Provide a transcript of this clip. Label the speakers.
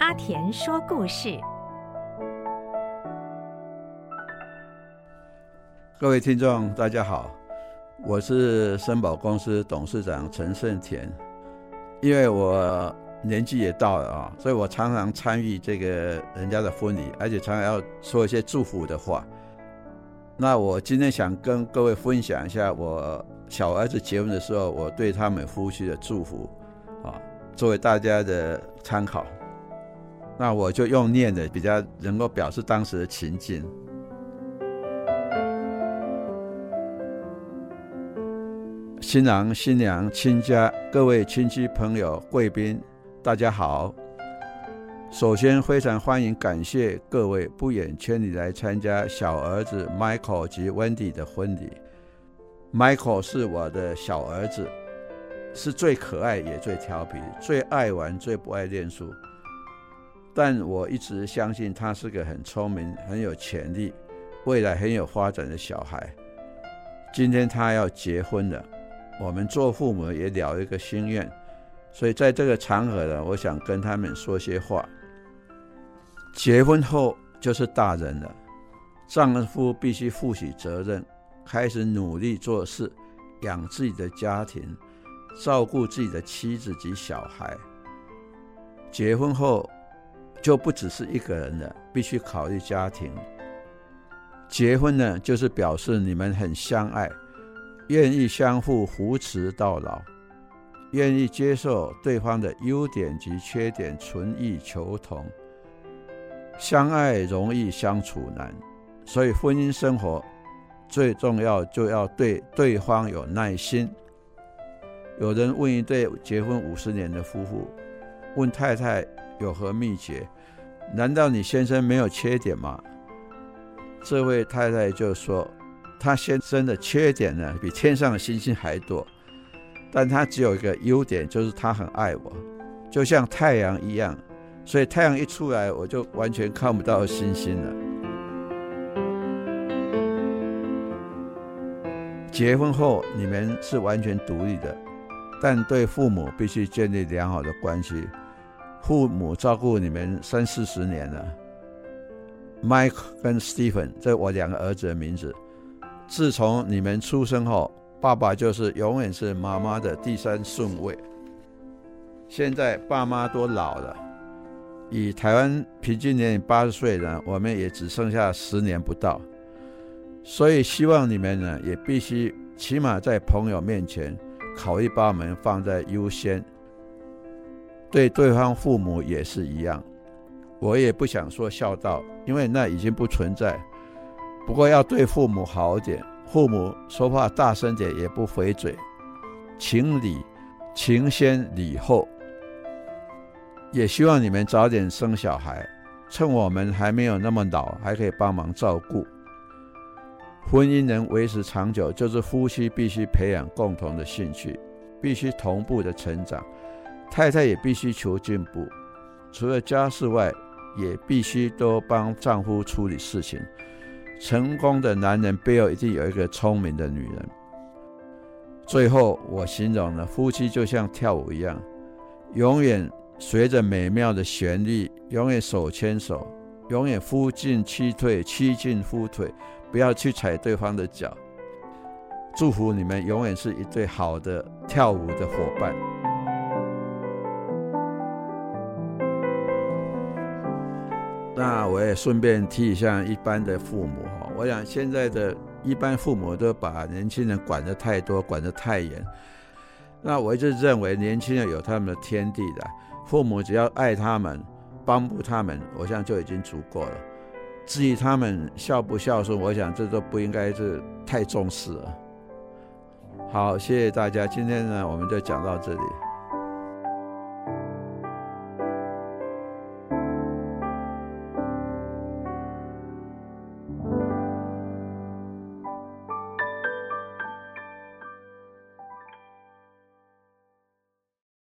Speaker 1: 阿田说故事。
Speaker 2: 各位听众大家好，我是森宝公司董事长陈胜田。因为我年纪也到了所以我常常参与这个人家的婚礼，而且常常要说一些祝福的话。那我今天想跟各位分享一下我小儿子结婚的时候我对他们夫妻的祝福作为大家的参考。那我就用念的比较能够表示当时的情境。新郎新娘亲家，各位亲戚朋友贵宾大家好。首先非常欢迎感谢各位不远千里来参加小儿子 Michael 及 Wendy 的婚礼。 Michael 是我的小儿子，是最可爱也最调皮，最爱玩最不爱念书，但我一直相信他是个很聪明很有潜力未来很有发展的小孩。今天他要结婚了，我们做父母也了一个心愿，所以在这个场合呢，我想跟他们说些话。结婚后就是大人了，丈夫必须负起责任，开始努力做事，养自己的家庭，照顾自己的妻子及小孩。结婚后就不只是一个人了，必须考虑家庭。结婚呢，就是表示你们很相爱，愿意相互扶持到老，愿意接受对方的优点及缺点，存异求同。相爱容易相处难，所以婚姻生活最重要就要对对方有耐心。有人问一对结婚50年的夫妇，问太太有何秘诀？难道你先生没有缺点吗？这位太太就说，他先生的缺点呢，比天上的星星还多，但他只有一个优点，就是他很爱我，就像太阳一样，所以太阳一出来，我就完全看不到星星了。结婚后你们是完全独立的，但对父母必须建立良好的关系。父母照顾你们30-40年了。Mike 跟 Stephen 这我2个儿子的名字，自从你们出生后，爸爸就是永远是妈妈的第3顺位。现在爸妈都老了，以台湾平均年龄80岁呢，我们也只剩下10年不到。所以希望你们呢，也必须起码在朋友面前考虑把我们放在优先。对对方父母也是一样。我也不想说孝道，因为那已经不存在，不过要对父母好一点，父母说话大声点也不回嘴，情理，情先理后。也希望你们早点生小孩，趁我们还没有那么老，还可以帮忙照顾。婚姻能维持长久，就是夫妻必须培养共同的兴趣，必须同步的成长，太太也必须求进步，除了家事外，也必须多帮丈夫处理事情。成功的男人背后一定有一个聪明的女人。最后我形容了夫妻就像跳舞一样，永远随着美妙的旋律，永远手牵手，永远夫进妻退，妻进夫退，不要去踩对方的脚。祝福你们永远是一对好的跳舞的伙伴。那我也顺便提一下一般的父母，我想现在的一般父母都把年轻人管得太多，管得太严。那我一直认为年轻人有他们的天地的，父母只要爱他们，帮助他们，我想就已经足够了。至于他们孝不孝顺，我想这都不应该是太重视了。好，谢谢大家，今天呢我们就讲到这里。